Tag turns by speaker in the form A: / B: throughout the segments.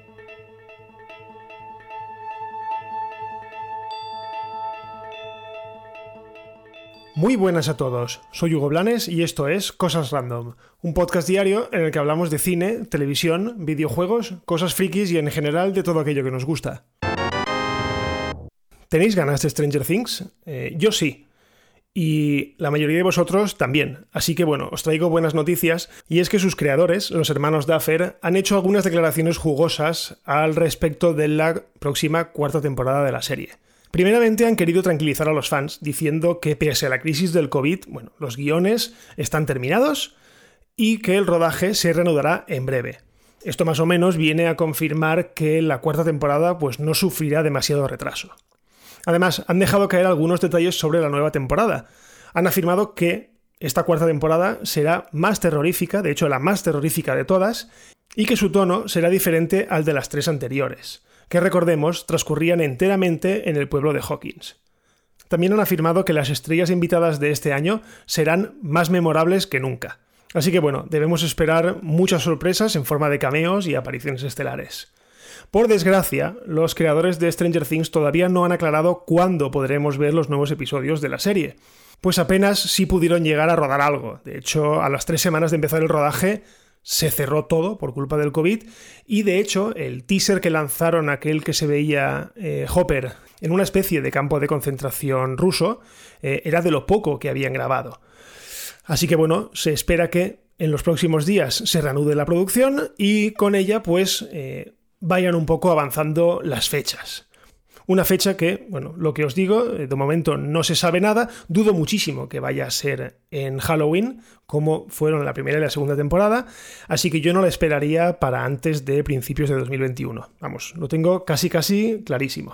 A: Muy buenas a todos, soy Hugo Blanes y esto es Cosas Random, un podcast diario en el que hablamos de cine, televisión, videojuegos, cosas frikis y en general de todo aquello que nos gusta. ¿Tenéis ganas de Stranger Things? Yo sí. Y la mayoría de vosotros también. Así que bueno, os traigo buenas noticias, y es que sus creadores, los hermanos Duffer, han hecho algunas declaraciones jugosas al respecto de la próxima cuarta temporada de la serie. Primeramente han querido tranquilizar a los fans diciendo que pese a la crisis del COVID, los guiones están terminados y que el rodaje se reanudará en breve. Esto más o menos viene a confirmar que la cuarta temporada no sufrirá demasiado retraso. Además, han dejado caer algunos detalles sobre la nueva temporada. Han afirmado que esta cuarta temporada será más terrorífica, de hecho la más terrorífica de todas, y que su tono será diferente al de las tres anteriores, que recordemos transcurrían enteramente en el pueblo de Hawkins. También han afirmado que las estrellas invitadas de este año serán más memorables que nunca. Así que debemos esperar muchas sorpresas en forma de cameos y apariciones estelares. Por desgracia, los creadores de Stranger Things todavía no han aclarado cuándo podremos ver los nuevos episodios de la serie, pues apenas sí pudieron llegar a rodar algo. De hecho, a las 3 semanas de empezar el rodaje, se cerró todo por culpa del COVID y de hecho el teaser que lanzaron, aquel que se veía Hopper en una especie de campo de concentración ruso, era de lo poco que habían grabado. Así que se espera que en los próximos días se reanude la producción y con ella vayan un poco avanzando las fechas. Una fecha que, lo que os digo, de momento no se sabe nada. Dudo muchísimo que vaya a ser en Halloween, como fueron la primera y la segunda temporada, así que yo no la esperaría para antes de principios de 2021. Lo tengo casi clarísimo.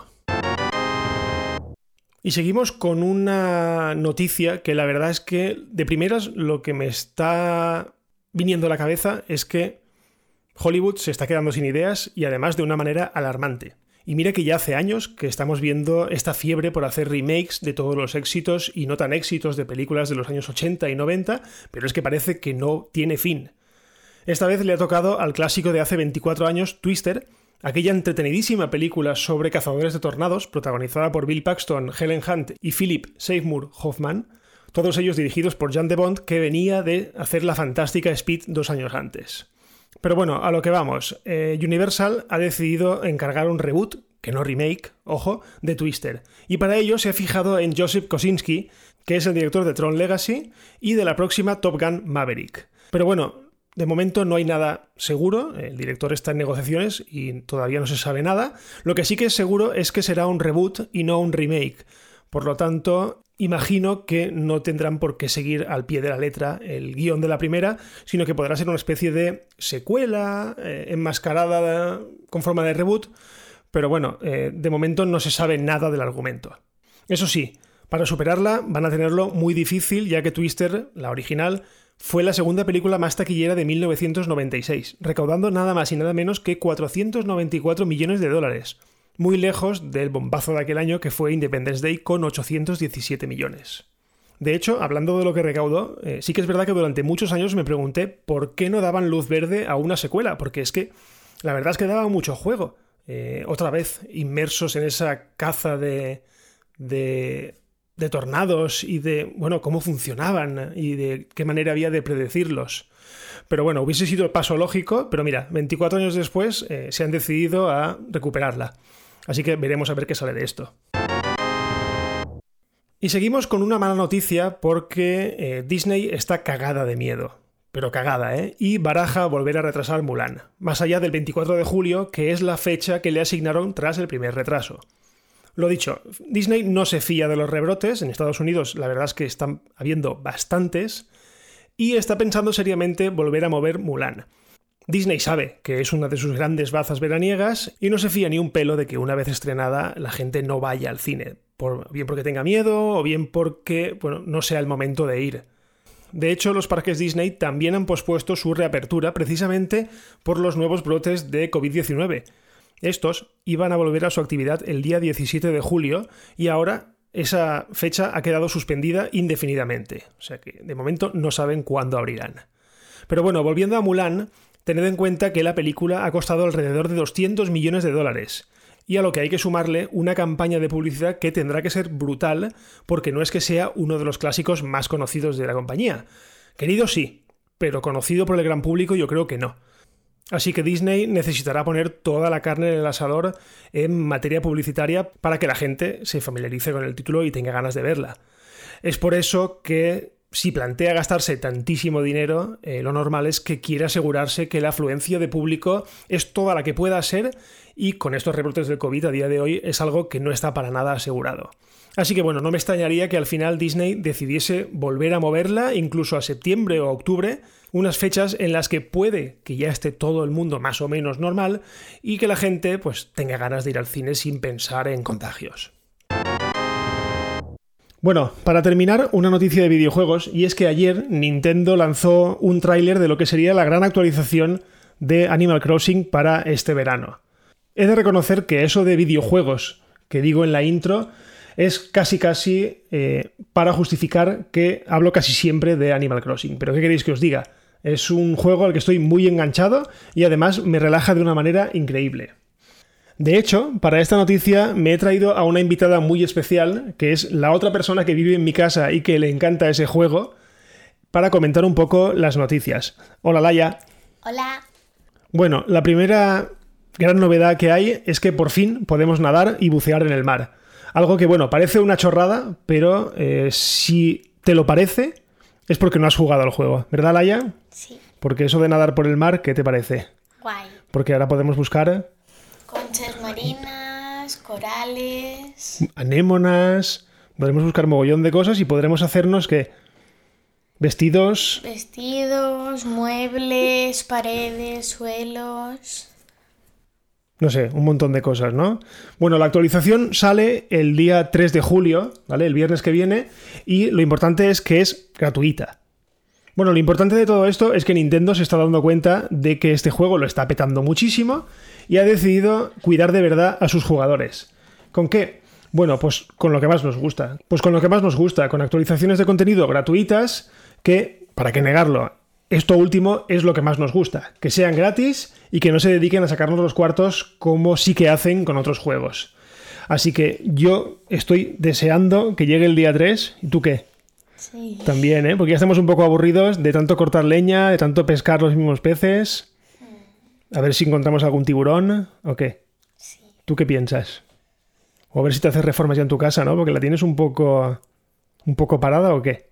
A: Y seguimos con una noticia que la verdad es que de primeras lo que me está viniendo a la cabeza es que Hollywood se está quedando sin ideas y además de una manera alarmante. Y mira que ya hace años que estamos viendo esta fiebre por hacer remakes de todos los éxitos y no tan éxitos de películas de los años 80 y 90, pero es que parece que no tiene fin. Esta vez le ha tocado al clásico de hace 24 años, Twister, aquella entretenidísima película sobre cazadores de tornados, protagonizada por Bill Paxton, Helen Hunt y Philip Seymour Hoffman, todos ellos dirigidos por Jan de Bont, que venía de hacer la fantástica Speed 2 años antes. Pero a lo que vamos. Universal ha decidido encargar un reboot, que no remake, ojo, de Twister. Y para ello se ha fijado en Joseph Kosinski, que es el director de Tron Legacy y de la próxima Top Gun Maverick. Pero de momento no hay nada seguro, el director está en negociaciones y todavía no se sabe nada. Lo que sí que es seguro es que será un reboot y no un remake. Por lo tanto, imagino que no tendrán por qué seguir al pie de la letra el guión de la primera, sino que podrá ser una especie de secuela enmascarada con forma de reboot, pero de momento no se sabe nada del argumento. Eso sí, para superarla van a tenerlo muy difícil, ya que Twister, la original, fue la segunda película más taquillera de 1996, recaudando nada más y nada menos que $494 millones. Muy lejos del bombazo de aquel año que fue Independence Day con 817 millones. De hecho, hablando de lo que recaudó, sí que es verdad que durante muchos años me pregunté por qué no daban luz verde a una secuela, porque es que la verdad es que daba mucho juego. Otra vez inmersos en esa caza de tornados y de cómo funcionaban y de qué manera había de predecirlos. Pero hubiese sido el paso lógico, pero mira, 24 años después se han decidido a recuperarla. Así que veremos a ver qué sale de esto. Y seguimos con una mala noticia porque Disney está cagada de miedo. Pero cagada, y baraja volver a retrasar Mulan, más allá del 24 de julio, que es la fecha que le asignaron tras el primer retraso. Lo dicho, Disney no se fía de los rebrotes. En Estados Unidos la verdad es que están habiendo bastantes y está pensando seriamente volver a mover Mulan. Disney sabe que es una de sus grandes bazas veraniegas y no se fía ni un pelo de que una vez estrenada la gente no vaya al cine, bien porque tenga miedo o bien porque no sea el momento de ir. De hecho, los parques Disney también han pospuesto su reapertura precisamente por los nuevos brotes de COVID-19. Estos iban a volver a su actividad el día 17 de julio y ahora esa fecha ha quedado suspendida indefinidamente. O sea que de momento no saben cuándo abrirán. Pero volviendo a Mulan, Tened en cuenta que la película ha costado alrededor de 200 millones de dólares. Y a lo que hay que sumarle una campaña de publicidad que tendrá que ser brutal, porque no es que sea uno de los clásicos más conocidos de la compañía. Querido sí, pero conocido por el gran público yo creo que no. Así que Disney necesitará poner toda la carne en el asador en materia publicitaria para que la gente se familiarice con el título y tenga ganas de verla. Es por eso que si plantea gastarse tantísimo dinero, lo normal es que quiera asegurarse que la afluencia de público es toda la que pueda ser, y con estos rebrotes del COVID a día de hoy es algo que no está para nada asegurado. Así que bueno, no me extrañaría que al final Disney decidiese volver a moverla incluso a septiembre o octubre, unas fechas en las que puede que ya esté todo el mundo más o menos normal y que la gente pues tenga ganas de ir al cine sin pensar en contagios. Bueno, para terminar, una noticia de videojuegos, y es que ayer Nintendo lanzó un tráiler de lo que sería la gran actualización de Animal Crossing para este verano. He de reconocer que eso de videojuegos que digo en la intro es casi para justificar que hablo casi siempre de Animal Crossing. Pero ¿qué queréis que os diga? Es un juego al que estoy muy enganchado y además me relaja de una manera increíble. De hecho, para esta noticia me he traído a una invitada muy especial, que es la otra persona que vive en mi casa y que le encanta ese juego, para comentar un poco las noticias. Hola, Laia.
B: Hola.
A: Bueno, la primera gran novedad que hay es que por fin podemos nadar y bucear en el mar. Algo que, bueno, parece una chorrada, pero si te lo parece, es porque no has jugado al juego. ¿Verdad, Laia?
B: Sí.
A: Porque eso de nadar por el mar, ¿qué te parece?
B: Guay.
A: Porque ahora podemos buscar
B: Conchas marinas, corales,
A: anémonas, podremos buscar mogollón de cosas y podremos hacernos, ¿qué? Vestidos,
B: muebles, paredes, suelos.
A: no sé, un montón de cosas, ¿no? Bueno, la actualización sale el día 3 de julio, ¿vale? El viernes que viene, y lo importante es que es gratuita. Bueno, lo importante de todo esto es que Nintendo se está dando cuenta de que este juego lo está petando muchísimo y ha decidido cuidar de verdad a sus jugadores. ¿Con qué? Bueno, pues con lo que más nos gusta. Con actualizaciones de contenido gratuitas que, para qué negarlo, esto último es lo que más nos gusta. Que sean gratis y que no se dediquen a sacarnos los cuartos como sí que hacen con otros juegos. Así que yo estoy deseando que llegue el día 3. ¿Y tú qué?
B: Sí.
A: También, ¿eh? Porque ya estamos un poco aburridos de tanto cortar leña, de tanto pescar los mismos peces. A ver si encontramos algún tiburón o qué.
B: Sí.
A: ¿Tú qué piensas? O a ver si te haces reformas ya en tu casa, ¿no? Porque la tienes un poco parada o qué.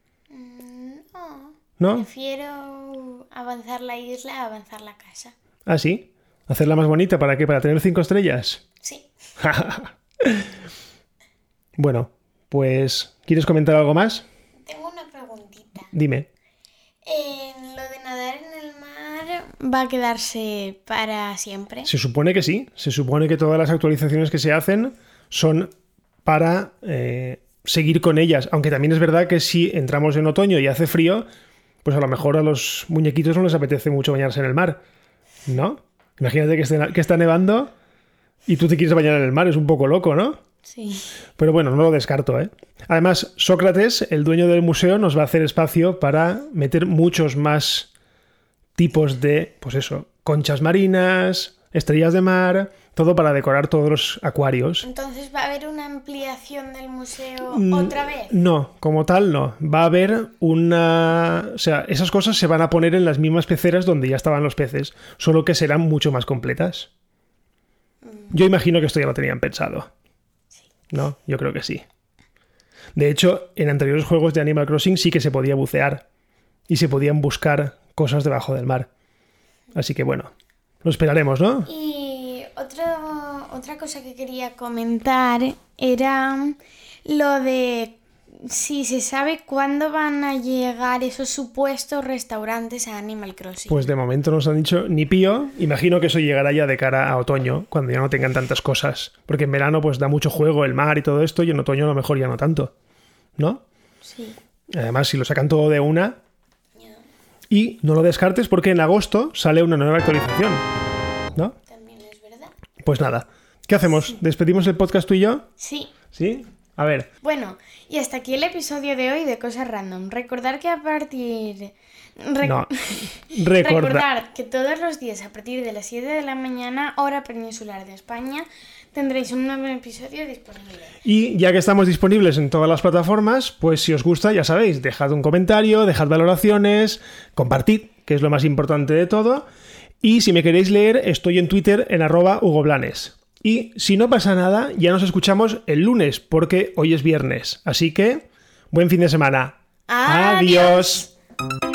B: No.
A: ¿No?
B: Prefiero avanzar la isla a avanzar la casa.
A: ¿Ah, sí? ¿Hacerla más bonita? ¿Para qué? ¿Para tener 5 estrellas?
B: Sí.
A: Bueno, pues ¿quieres comentar algo más?
B: Tengo una preguntita.
A: Dime.
B: ¿Lo de nadar en el mar va a quedarse para siempre?
A: Se supone que sí. Se supone que todas las actualizaciones que se hacen son para seguir con ellas. Aunque también es verdad que si entramos en otoño y hace frío, pues a lo mejor a los muñequitos no les apetece mucho bañarse en el mar, ¿no? Imagínate que está nevando y tú te quieres bañar en el mar. Es un poco loco, ¿no?
B: Sí.
A: Pero bueno, no lo descarto, ¿eh? Además, Sócrates, el dueño del museo, nos va a hacer espacio para meter muchos más tipos de, pues eso, conchas marinas, estrellas de mar, todo para decorar todos los acuarios.
B: Entonces, ¿va a haber una ampliación del museo otra vez?
A: No, como tal no. Va a haber una... O sea, esas cosas se van a poner en las mismas peceras donde ya estaban los peces, solo que serán mucho más completas. Yo imagino que esto ya lo tenían pensado. ¿No? Yo creo que sí. De hecho, en anteriores juegos de Animal Crossing sí que se podía bucear y se podían buscar cosas debajo del mar. Así que bueno, lo esperaremos, ¿no?
B: Y otra cosa que quería comentar era lo de si se sabe cuándo van a llegar esos supuestos restaurantes a Animal Crossing.
A: Pues de momento no nos han dicho ni pío. Imagino que eso llegará ya de cara a otoño, cuando ya no tengan tantas cosas. Porque en verano pues da mucho juego el mar y todo esto, y en otoño a lo mejor ya no tanto. ¿No?
B: Sí.
A: Además, si lo sacan todo de una... Y no lo descartes porque en agosto sale una nueva actualización. ¿No?
B: También es verdad.
A: Pues nada. ¿Qué hacemos? ¿Despedimos el podcast tú y yo?
B: Sí.
A: ¿Sí? A ver.
B: Bueno, y hasta aquí el episodio de hoy de Cosas Random. Recordar que a partir... Recordar que todos los días a partir de las 7 de la mañana, hora peninsular de España, tendréis un nuevo episodio disponible.
A: Y ya que estamos disponibles en todas las plataformas, pues si os gusta, ya sabéis, dejad un comentario, dejad valoraciones, compartid, que es lo más importante de todo. Y si me queréis leer, estoy en Twitter en @HugoBlanes. Y si no pasa nada, ya nos escuchamos el lunes, porque hoy es viernes. Así que, buen fin de semana.
B: ¡Adiós!
A: ¡Adiós!